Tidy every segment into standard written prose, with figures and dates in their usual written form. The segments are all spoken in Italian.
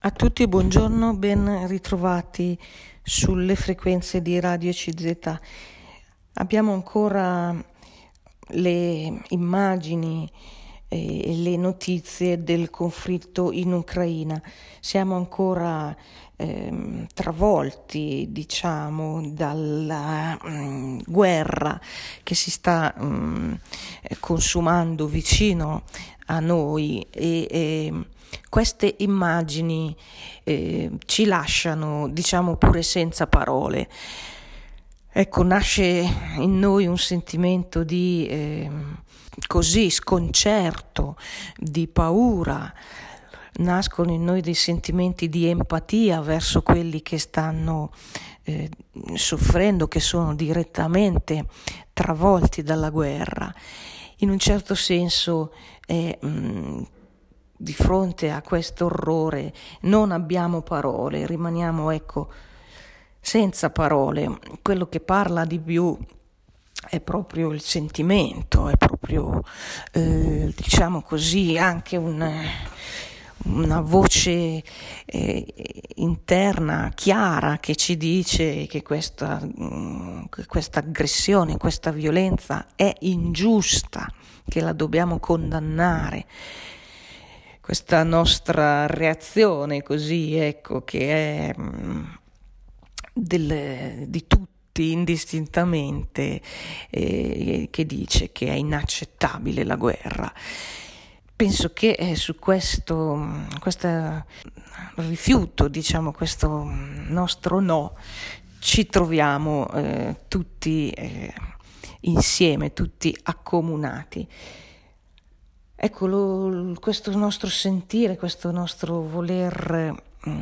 A tutti buongiorno, ben ritrovati sulle frequenze di Radio CZ. Abbiamo ancora le immagini e le notizie del conflitto in Ucraina. Siamo ancora travolti, diciamo, dalla guerra che si sta consumando vicino a noi e queste immagini ci lasciano, diciamo, pure senza parole. Ecco, nasce in noi un sentimento di così sconcerto, di paura. Nascono in noi dei sentimenti di empatia verso quelli che stanno soffrendo, che sono direttamente travolti dalla guerra. In un certo senso di fronte a questo orrore non abbiamo parole, rimaniamo, ecco, senza parole. Quello che parla di più è proprio il sentimento, è proprio, diciamo così, anche una voce interna chiara che ci dice che questa aggressione, questa violenza è ingiusta, che la dobbiamo condannare. Questa nostra reazione così, ecco, che è di tutti indistintamente, che dice che è inaccettabile la guerra. Penso che su questo rifiuto, diciamo, questo nostro no, ci troviamo tutti insieme, tutti accomunati. Ecco, questo nostro sentire, questo nostro voler,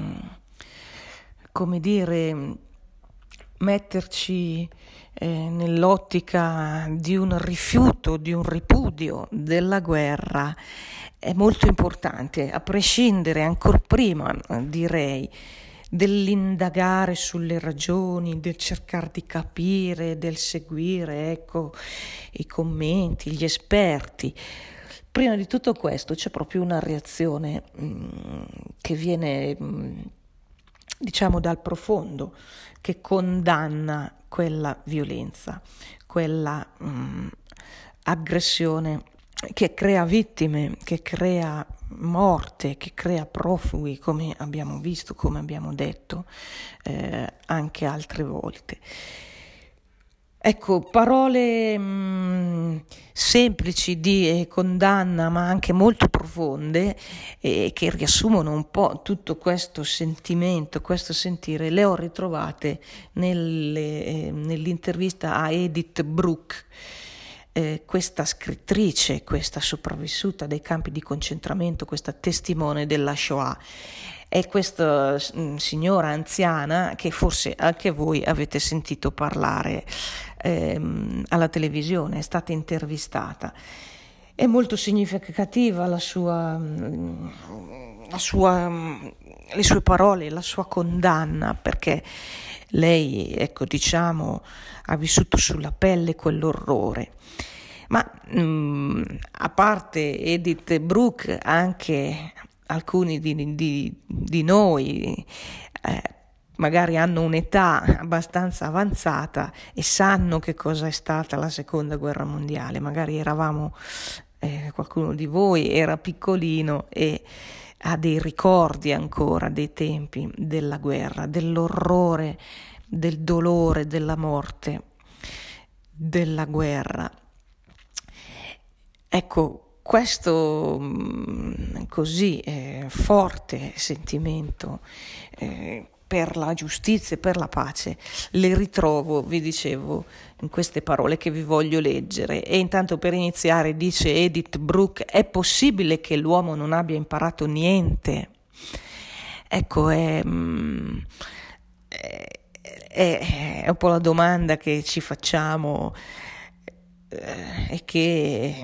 come dire, metterci nell'ottica di un rifiuto, di un ripudio della guerra è molto importante, a prescindere ancor prima, direi, dell'indagare sulle ragioni, del cercare di capire, del seguire, ecco, i commenti, gli esperti. Prima di tutto questo c'è proprio una reazione che viene, diciamo, dal profondo, che condanna quella violenza, quella aggressione che crea vittime, che crea morte, che crea profughi, come abbiamo visto, come abbiamo detto anche altre volte. Ecco, parole semplici di condanna, ma anche molto profonde, che riassumono un po' tutto questo sentimento, questo sentire, le ho ritrovate nell'intervista a Edith Bruck, questa scrittrice, questa sopravvissuta dai campi di concentramento, questa testimone della Shoah. È questa signora anziana che forse anche voi avete sentito parlare alla televisione, è stata intervistata. È molto significativa le sue parole, la sua condanna, perché lei, ecco, diciamo, ha vissuto sulla pelle quell'orrore. Ma a parte Edith Bruck, anche alcuni di noi magari hanno un'età abbastanza avanzata e sanno che cosa è stata la seconda guerra mondiale. Magari eravamo, qualcuno di voi era piccolino e ha dei ricordi ancora dei tempi della guerra, dell'orrore, del dolore, della morte, della guerra. Ecco, questo così forte sentimento per la giustizia e per la pace le ritrovo, vi dicevo, in queste parole che vi voglio leggere. E intanto, per iniziare, dice Edith Bruck: è possibile che l'uomo non abbia imparato niente? Ecco, è un po' la domanda che ci facciamo e che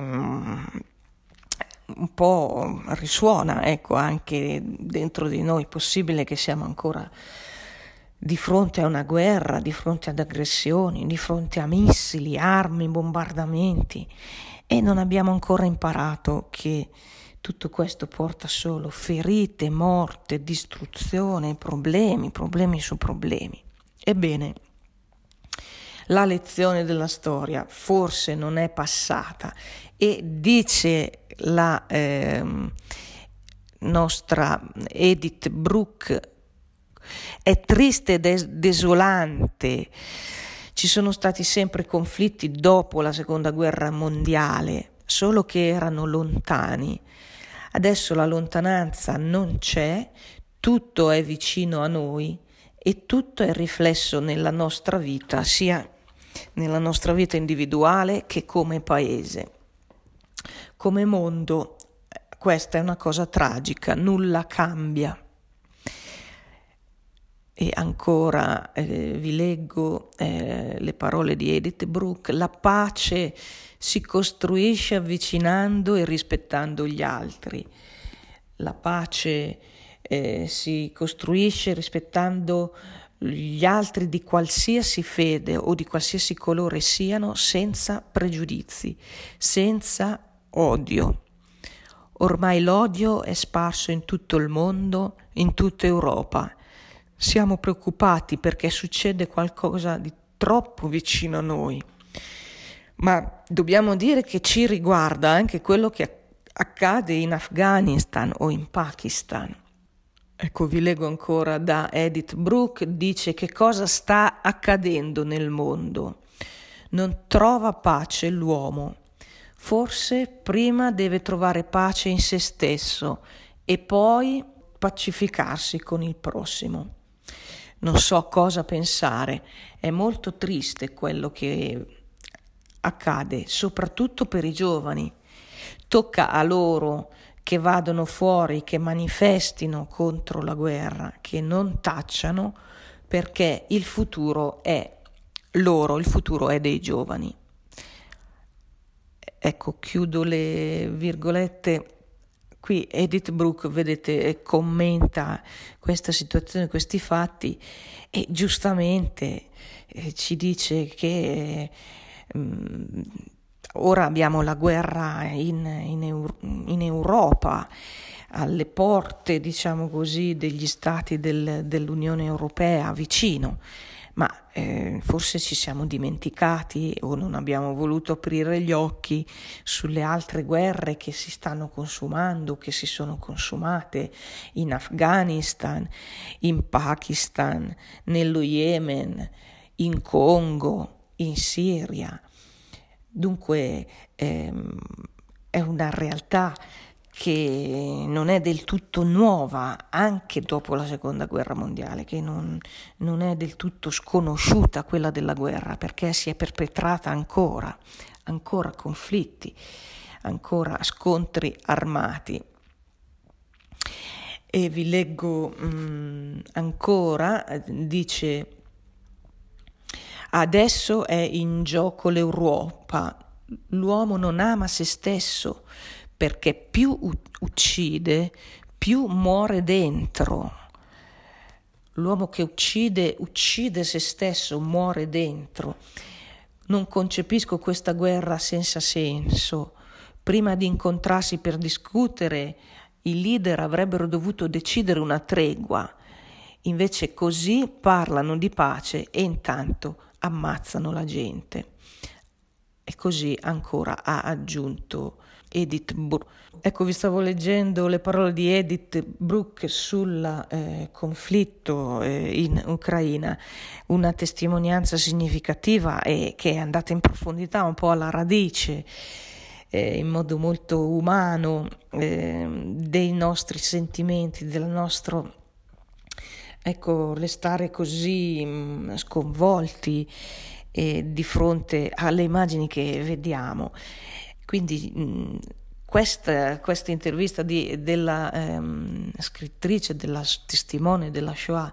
un po' risuona, ecco, anche dentro di noi. Possibile che siamo ancora di fronte a una guerra, di fronte ad aggressioni, di fronte a missili, armi, bombardamenti, e non abbiamo ancora imparato che tutto questo porta solo ferite, morte, distruzione, problemi su problemi. Ebbene, la lezione della storia forse non è passata e dice la nostra Edith Bruck, è triste ed è desolante. Ci sono stati sempre conflitti dopo la seconda guerra mondiale, solo che erano lontani. Adesso la lontananza non c'è, tutto è vicino a noi e tutto è riflesso nella nostra vita, sia nella nostra vita individuale che come paese. Come mondo, questa è una cosa tragica, nulla cambia. E ancora vi leggo le parole di Edith Bruck: la pace si costruisce avvicinando e rispettando gli altri. La pace si costruisce rispettando gli altri di qualsiasi fede o di qualsiasi colore siano, senza pregiudizi, senza odio. Ormai l'odio è sparso in tutto il mondo, in tutta Europa. Siamo preoccupati perché succede qualcosa di troppo vicino a noi, ma dobbiamo dire che ci riguarda anche quello che accade in Afghanistan o in Pakistan. Ecco, vi leggo ancora da Edith Bruck, dice: che cosa sta accadendo nel mondo? Non trova pace l'uomo. Forse prima deve trovare pace in se stesso e poi pacificarsi con il prossimo. Non so cosa pensare, è molto triste quello che accade, soprattutto per i giovani. Tocca a loro che vadano fuori, che manifestino contro la guerra, che non tacciano, perché il futuro è loro, il futuro è dei giovani. Ecco, chiudo le virgolette. Qui Edith Bruck, vedete, commenta questa situazione, questi fatti e giustamente ci dice che ora abbiamo la guerra in Europa, alle porte, diciamo così, degli stati dell'Unione Europea vicino. Ma forse ci siamo dimenticati o non abbiamo voluto aprire gli occhi sulle altre guerre che si stanno consumando, che si sono consumate in Afghanistan, in Pakistan, nello Yemen, in Congo, in Siria. Dunque è una realtà che non è del tutto nuova anche dopo la seconda guerra mondiale, che non è del tutto sconosciuta quella della guerra, perché si è perpetrata ancora conflitti, ancora scontri armati. E vi leggo ancora, dice: adesso è in gioco l'Europa, l'uomo non ama se stesso, perché più uccide, più muore dentro. L'uomo che uccide se stesso, muore dentro. Non concepisco questa guerra senza senso. Prima di incontrarsi per discutere, i leader avrebbero dovuto decidere una tregua. Invece così parlano di pace e intanto ammazzano la gente. E così ancora ha aggiunto Edith Bruck. Ecco, vi stavo leggendo le parole di Edith Bruck sul conflitto in Ucraina, una testimonianza significativa e che è andata in profondità, un po' alla radice, in modo molto umano, dei nostri sentimenti, del nostro, ecco, restare così sconvolti di fronte alle immagini che vediamo. Quindi questa intervista della scrittrice, della testimone della Shoah,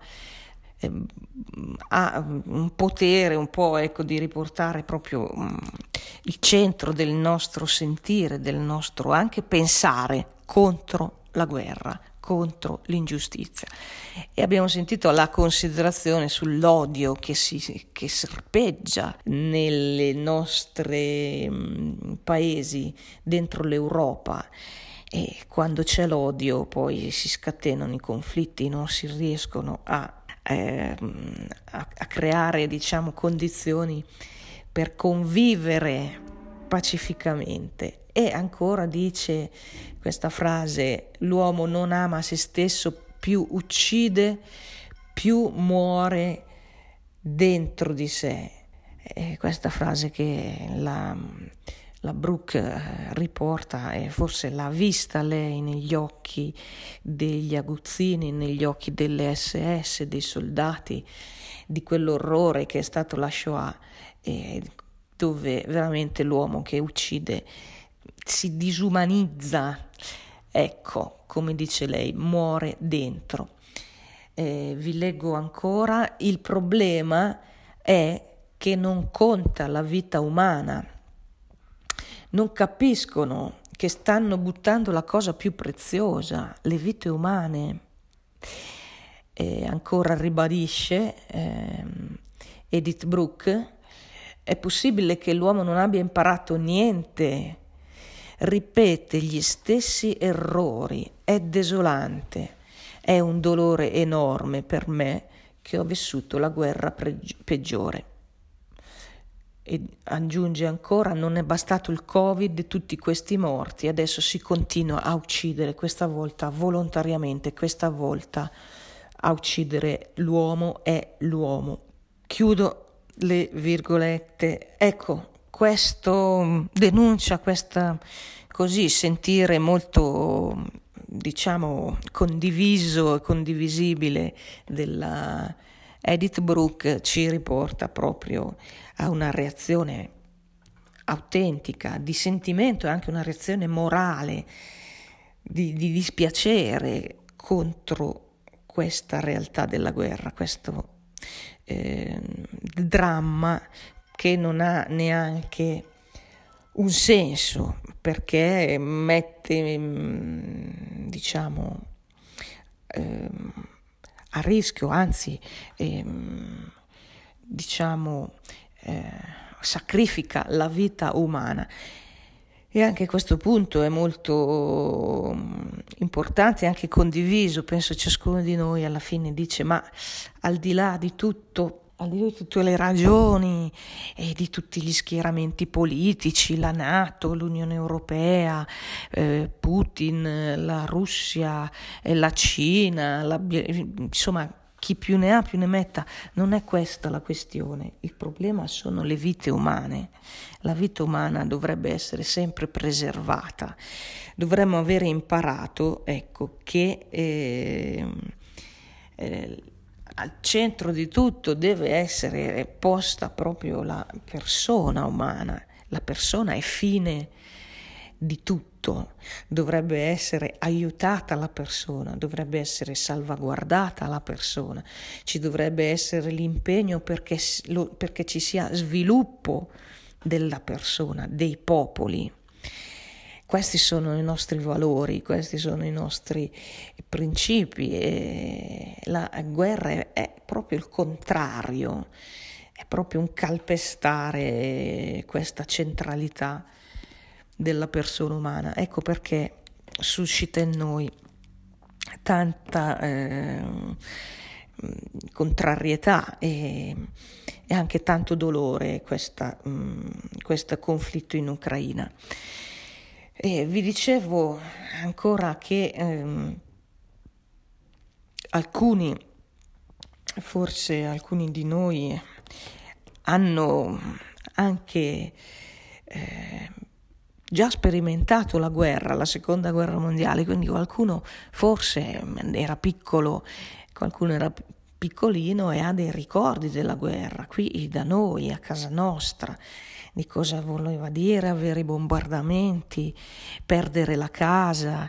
ha un potere un po', ecco, di riportare proprio il centro del nostro sentire, del nostro anche pensare contro la guerra, contro l'ingiustizia. E abbiamo sentito la considerazione sull'odio che serpeggia nelle nostre paesi, dentro l'Europa, e quando c'è l'odio poi si scatenano i conflitti, non si riescono a creare, diciamo, condizioni per convivere pacificamente. E ancora dice questa frase: l'uomo non ama se stesso, più uccide, più muore dentro di sé. E questa frase che la Brooke riporta, e forse l'ha vista lei negli occhi degli aguzzini, negli occhi delle SS, dei soldati, di quell'orrore che è stato la Shoah, dove veramente l'uomo che uccide si disumanizza, ecco, come dice lei, muore dentro. Vi leggo ancora: il problema è che non conta la vita umana, non capiscono che stanno buttando la cosa più preziosa, le vite umane. Ancora ribadisce Edith Brooke: è possibile che l'uomo non abbia imparato niente, ripete gli stessi errori, è desolante, è un dolore enorme per me che ho vissuto la guerra peggiore. E aggiunge ancora: non è bastato il Covid e tutti questi morti, adesso si continua a uccidere, questa volta volontariamente, questa volta a uccidere l'uomo è l'uomo. Chiudo le virgolette. Ecco, questo denuncia questa così sentire molto, diciamo, condiviso e condivisibile della Edith Brooke, ci riporta proprio a una reazione autentica di sentimento e anche una reazione morale di dispiacere contro questa realtà della guerra, questo dramma che non ha neanche un senso, perché mette, diciamo, a rischio, anzi, diciamo, sacrifica la vita umana. E anche questo punto è molto importante e anche condiviso, penso ciascuno di noi alla fine dice: ma al di là di tutto, al di là di tutte le ragioni e di tutti gli schieramenti politici, la NATO, l'Unione Europea, Putin, la Russia, la Cina, insomma, chi più ne ha più ne metta, non è questa la questione. Il problema sono le vite umane. La vita umana dovrebbe essere sempre preservata. Dovremmo avere imparato, ecco, che al centro di tutto deve essere posta proprio la persona umana. La persona è fine di tutto, dovrebbe essere aiutata la persona, dovrebbe essere salvaguardata la persona, ci dovrebbe essere l'impegno perché ci sia sviluppo della persona, dei popoli. Questi sono i nostri valori, questi sono i nostri principi, e la guerra è proprio il contrario, è proprio un calpestare questa centralità della persona umana. Ecco perché suscita in noi tanta contrarietà e anche tanto dolore questo conflitto in Ucraina. E vi dicevo ancora che forse alcuni di noi hanno anche già sperimentato la guerra, la seconda guerra mondiale, quindi qualcuno forse era piccolo, qualcuno era piccolino e ha dei ricordi della guerra qui da noi, a casa nostra, di cosa voleva dire avere i bombardamenti, perdere la casa,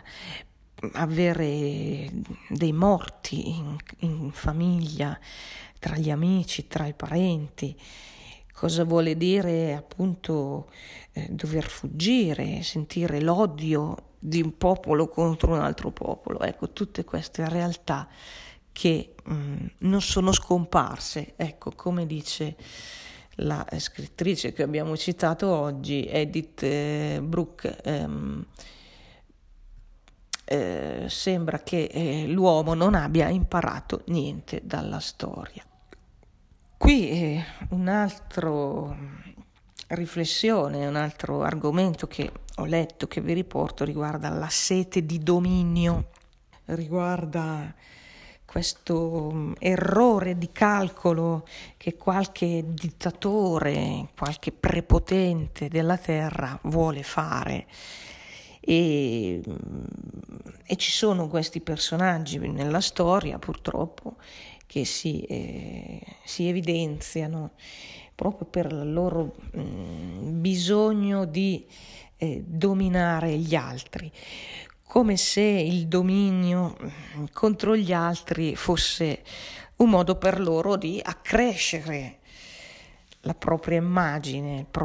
avere dei morti in famiglia, tra gli amici, tra i parenti. Cosa vuole dire appunto dover fuggire, sentire l'odio di un popolo contro un altro popolo. Ecco, tutte queste realtà che non sono scomparse. Ecco, come dice la scrittrice che abbiamo citato oggi, Edith Brooke, sembra che l'uomo non abbia imparato niente dalla storia. Qui un'altra riflessione, un altro argomento che ho letto, che vi riporto, riguarda la sete di dominio, riguarda questo errore di calcolo che qualche dittatore, qualche prepotente della terra vuole fare. E ci sono questi personaggi nella storia, purtroppo, che si evidenziano proprio per il loro bisogno di dominare gli altri, come se il dominio contro gli altri fosse un modo per loro di accrescere la propria immagine, il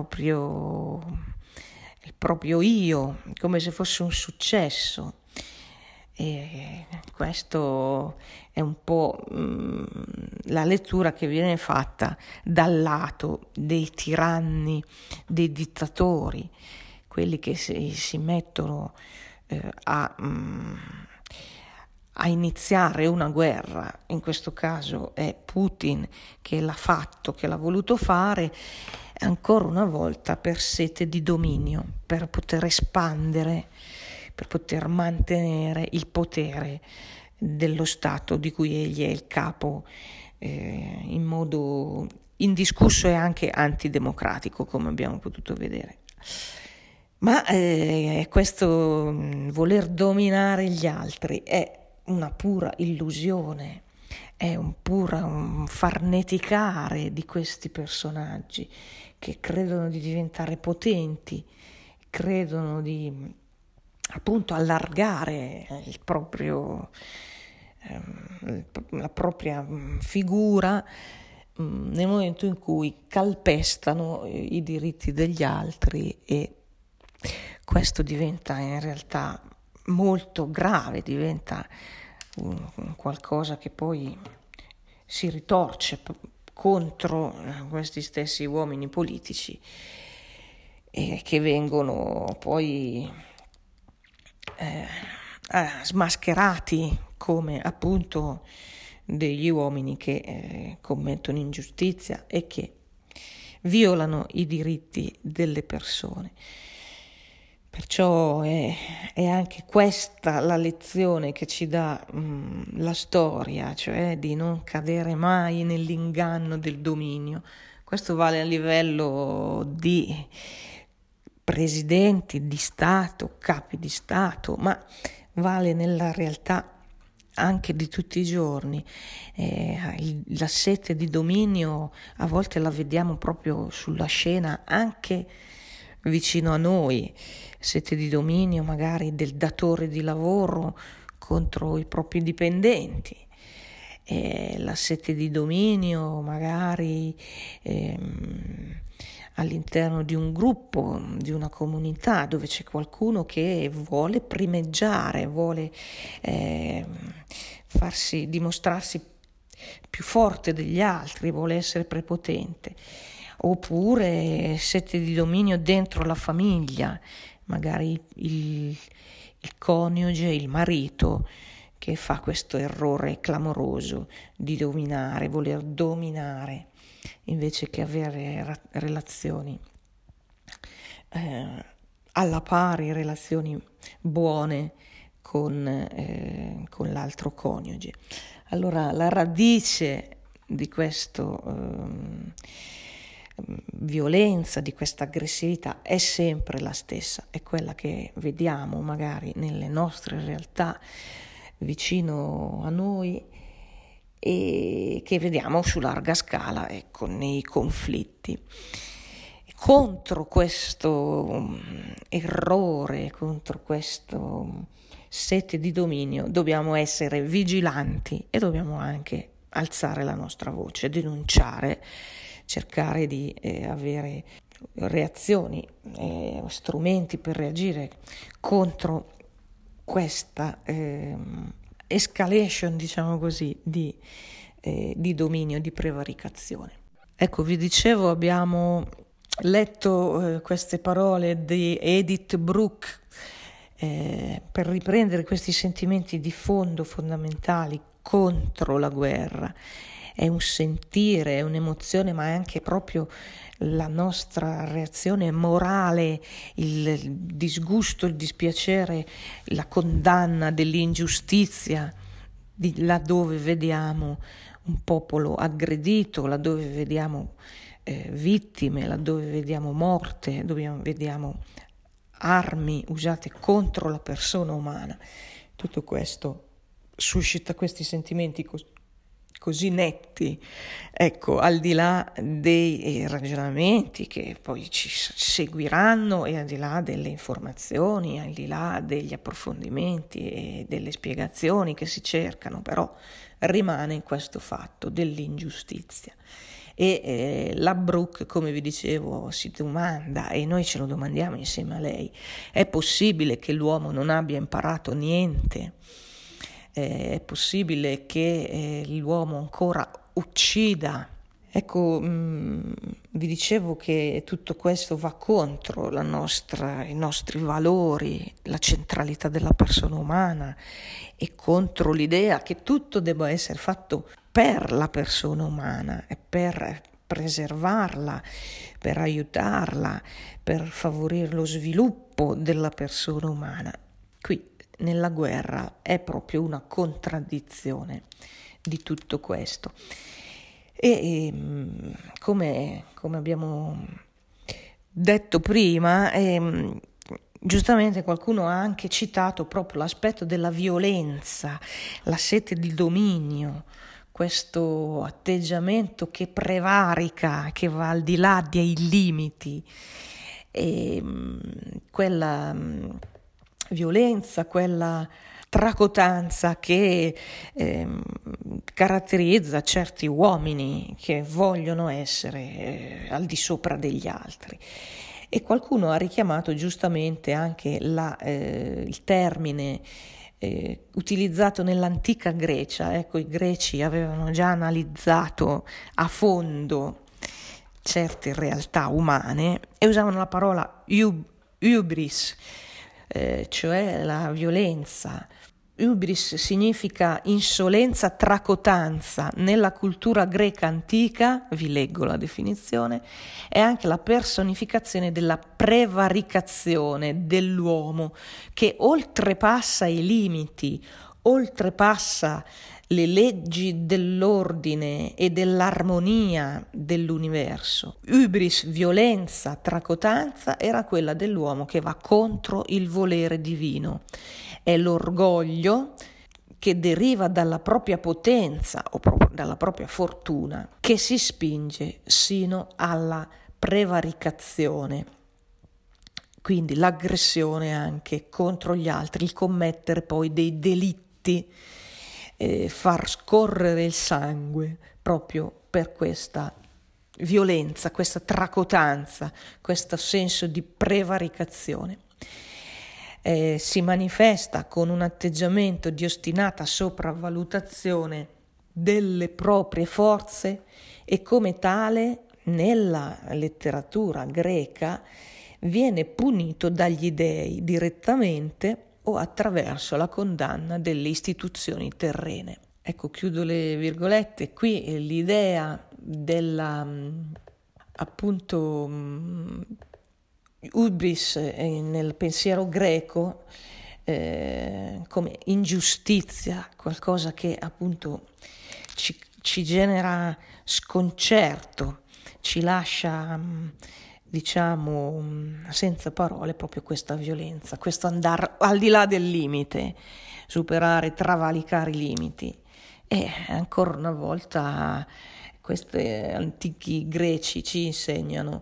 proprio io, come se fosse un successo. E questo è un po' la lettura che viene fatta dal lato dei tiranni, dei dittatori, quelli che si mettono a iniziare una guerra. In questo caso è Putin che l'ha fatto, che l'ha voluto fare, ancora una volta per sete di dominio, per poter espandere, per poter mantenere il potere dello Stato di cui egli è il capo, in modo indiscusso e anche antidemocratico, come abbiamo potuto vedere. Ma questo voler dominare gli altri è una pura illusione, è un farneticare di questi personaggi che credono di diventare potenti, credono di appunto allargare la propria figura nel momento in cui calpestano i diritti degli altri, e questo diventa in realtà molto grave, diventa qualcosa che poi si ritorce contro questi stessi uomini politici e che vengono poi smascherati come appunto degli uomini che commettono ingiustizia e che violano i diritti delle persone. Perciò è anche questa la lezione che ci dà la storia, cioè di non cadere mai nell'inganno del dominio. Questo vale a livello di presidenti di Stato, capi di Stato, ma vale nella realtà anche di tutti i giorni. La sete di dominio a volte la vediamo proprio sulla scena anche vicino a noi, sete di dominio magari del datore di lavoro contro i propri dipendenti, la sete di dominio magari all'interno di un gruppo, di una comunità dove c'è qualcuno che vuole primeggiare, vuole dimostrarsi più forte degli altri, vuole essere prepotente. Oppure sete di dominio dentro la famiglia, magari il coniuge, il marito, che fa questo errore clamoroso di voler dominare, invece che avere relazioni alla pari, relazioni buone con l'altro coniuge. Allora la radice di questo violenza, di questa aggressività è sempre la stessa, è quella che vediamo magari nelle nostre realtà vicino a noi e che vediamo su larga scala, ecco, nei conflitti. Contro questo errore, contro questo sete di dominio dobbiamo essere vigilanti e dobbiamo anche alzare la nostra voce, denunciare, cercare di avere reazioni, strumenti per reagire contro questa escalation, diciamo così, di dominio, di prevaricazione. Ecco, vi dicevo, abbiamo letto queste parole di Edith Bruck, per riprendere questi sentimenti di fondo fondamentali contro la guerra. È un sentire, è un'emozione, ma è anche proprio la nostra reazione morale, il disgusto, il dispiacere, la condanna dell'ingiustizia, laddove vediamo un popolo aggredito, laddove vediamo vittime, laddove vediamo morte, dove vediamo armi usate contro la persona umana. Tutto questo suscita questi sentimenti così netti, ecco, al di là dei ragionamenti che poi ci seguiranno e al di là delle informazioni, al di là degli approfondimenti e delle spiegazioni che si cercano, però rimane questo fatto dell'ingiustizia. E la Brooke, come vi dicevo, si domanda, e noi ce lo domandiamo insieme a lei: è possibile che l'uomo non abbia imparato niente? È possibile che l'uomo ancora uccida? Ecco, vi dicevo che tutto questo va contro i nostri valori, la centralità della persona umana, e contro l'idea che tutto debba essere fatto per la persona umana e per preservarla, per aiutarla, per favorire lo sviluppo della persona umana. Qui nella guerra è proprio una contraddizione di tutto questo. E come abbiamo detto prima, giustamente qualcuno ha anche citato proprio l'aspetto della violenza, la sete di dominio, questo atteggiamento che prevarica, che va al di là dei limiti, e quella violenza, quella tracotanza che caratterizza certi uomini che vogliono essere al di sopra degli altri. E qualcuno ha richiamato giustamente anche il termine utilizzato nell'antica Grecia. Ecco, i greci avevano già analizzato a fondo certe realtà umane e usavano la parola hubris, cioè la violenza. Hubris significa insolenza, tracotanza. Nella cultura greca antica, vi leggo la definizione, è anche la personificazione della prevaricazione dell'uomo che oltrepassa i limiti, oltrepassa le leggi dell'ordine e dell'armonia dell'universo. Hubris, violenza, tracotanza, era quella dell'uomo che va contro il volere divino. È l'orgoglio che deriva dalla propria potenza o proprio dalla propria fortuna, che si spinge sino alla prevaricazione. Quindi l'aggressione anche contro gli altri, il commettere poi dei delitti, far scorrere il sangue proprio per questa violenza, questa tracotanza, questo senso di prevaricazione. Si manifesta con un atteggiamento di ostinata sopravvalutazione delle proprie forze e come tale nella letteratura greca viene punito dagli dei direttamente o attraverso la condanna delle istituzioni terrene. Ecco, chiudo le virgolette. Qui l'idea della appunto hubris nel pensiero greco come ingiustizia, qualcosa che appunto ci genera sconcerto, ci lascia diciamo senza parole, proprio questa violenza, questo andare al di là del limite, superare, travalicare i limiti. E ancora una volta questi antichi greci ci insegnano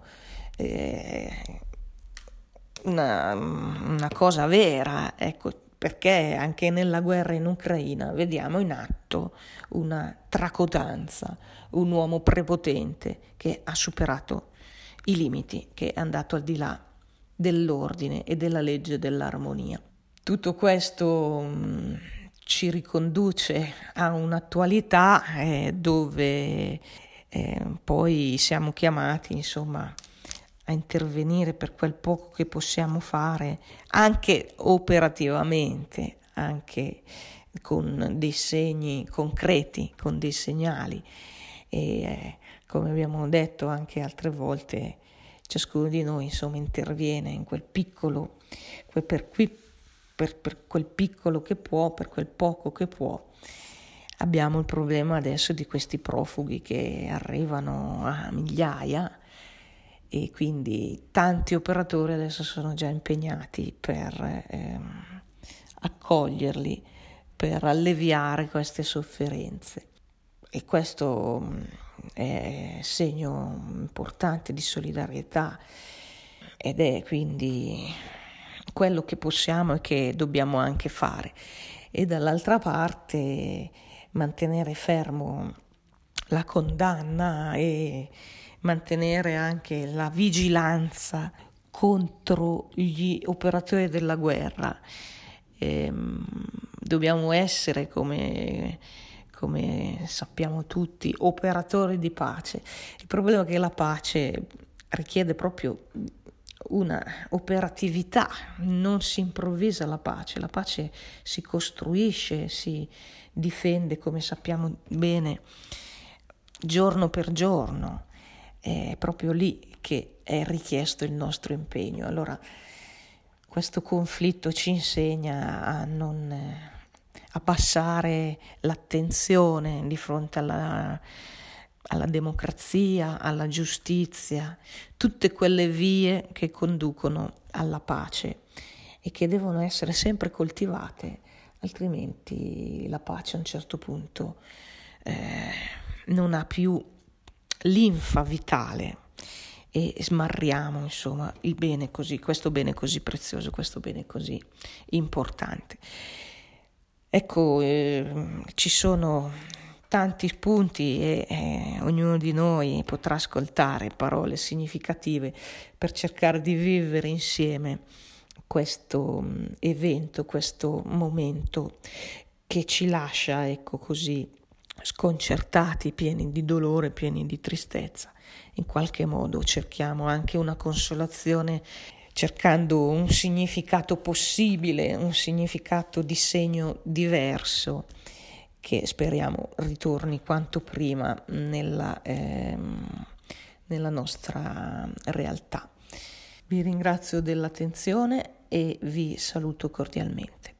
una cosa vera, ecco, perché anche nella guerra in Ucraina vediamo in atto una tracotanza, un uomo prepotente che ha superato i limiti, che è andato al di là dell'ordine e della legge dell'armonia. Tutto questo ci riconduce a un'attualità dove poi siamo chiamati, insomma, a intervenire per quel poco che possiamo fare, anche operativamente, anche con dei segni concreti, con dei segnali. E come abbiamo detto anche altre volte, ciascuno di noi insomma interviene in quel piccolo, per quel piccolo che può, per quel poco che può. Abbiamo il problema adesso di questi profughi che arrivano a migliaia, e quindi tanti operatori adesso sono già impegnati per accoglierli, per alleviare queste sofferenze. E questo è segno importante di solidarietà, ed è quindi quello che possiamo e che dobbiamo anche fare. E dall'altra parte mantenere fermo la condanna e mantenere anche la vigilanza contro gli operatori della guerra. Dobbiamo essere, come sappiamo tutti, operatori di pace. Il problema è che la pace richiede proprio una operatività, non si improvvisa la pace si costruisce, si difende, come sappiamo bene, giorno per giorno. È proprio lì che è richiesto il nostro impegno. Allora questo conflitto ci insegna a non abbassare l'attenzione di fronte alla democrazia, alla giustizia, tutte quelle vie che conducono alla pace e che devono essere sempre coltivate, altrimenti la pace a un certo punto non ha più linfa vitale e smarriamo insomma il bene così, questo bene così prezioso, questo bene così importante. Ecco, ci sono tanti spunti e ognuno di noi potrà ascoltare parole significative per cercare di vivere insieme questo evento, questo momento che ci lascia, ecco, così sconcertati, pieni di dolore, pieni di tristezza. In qualche modo cerchiamo anche una consolazione, cercando un significato possibile, un significato di segno diverso che speriamo ritorni quanto prima nella nostra realtà. Vi ringrazio dell'attenzione e vi saluto cordialmente.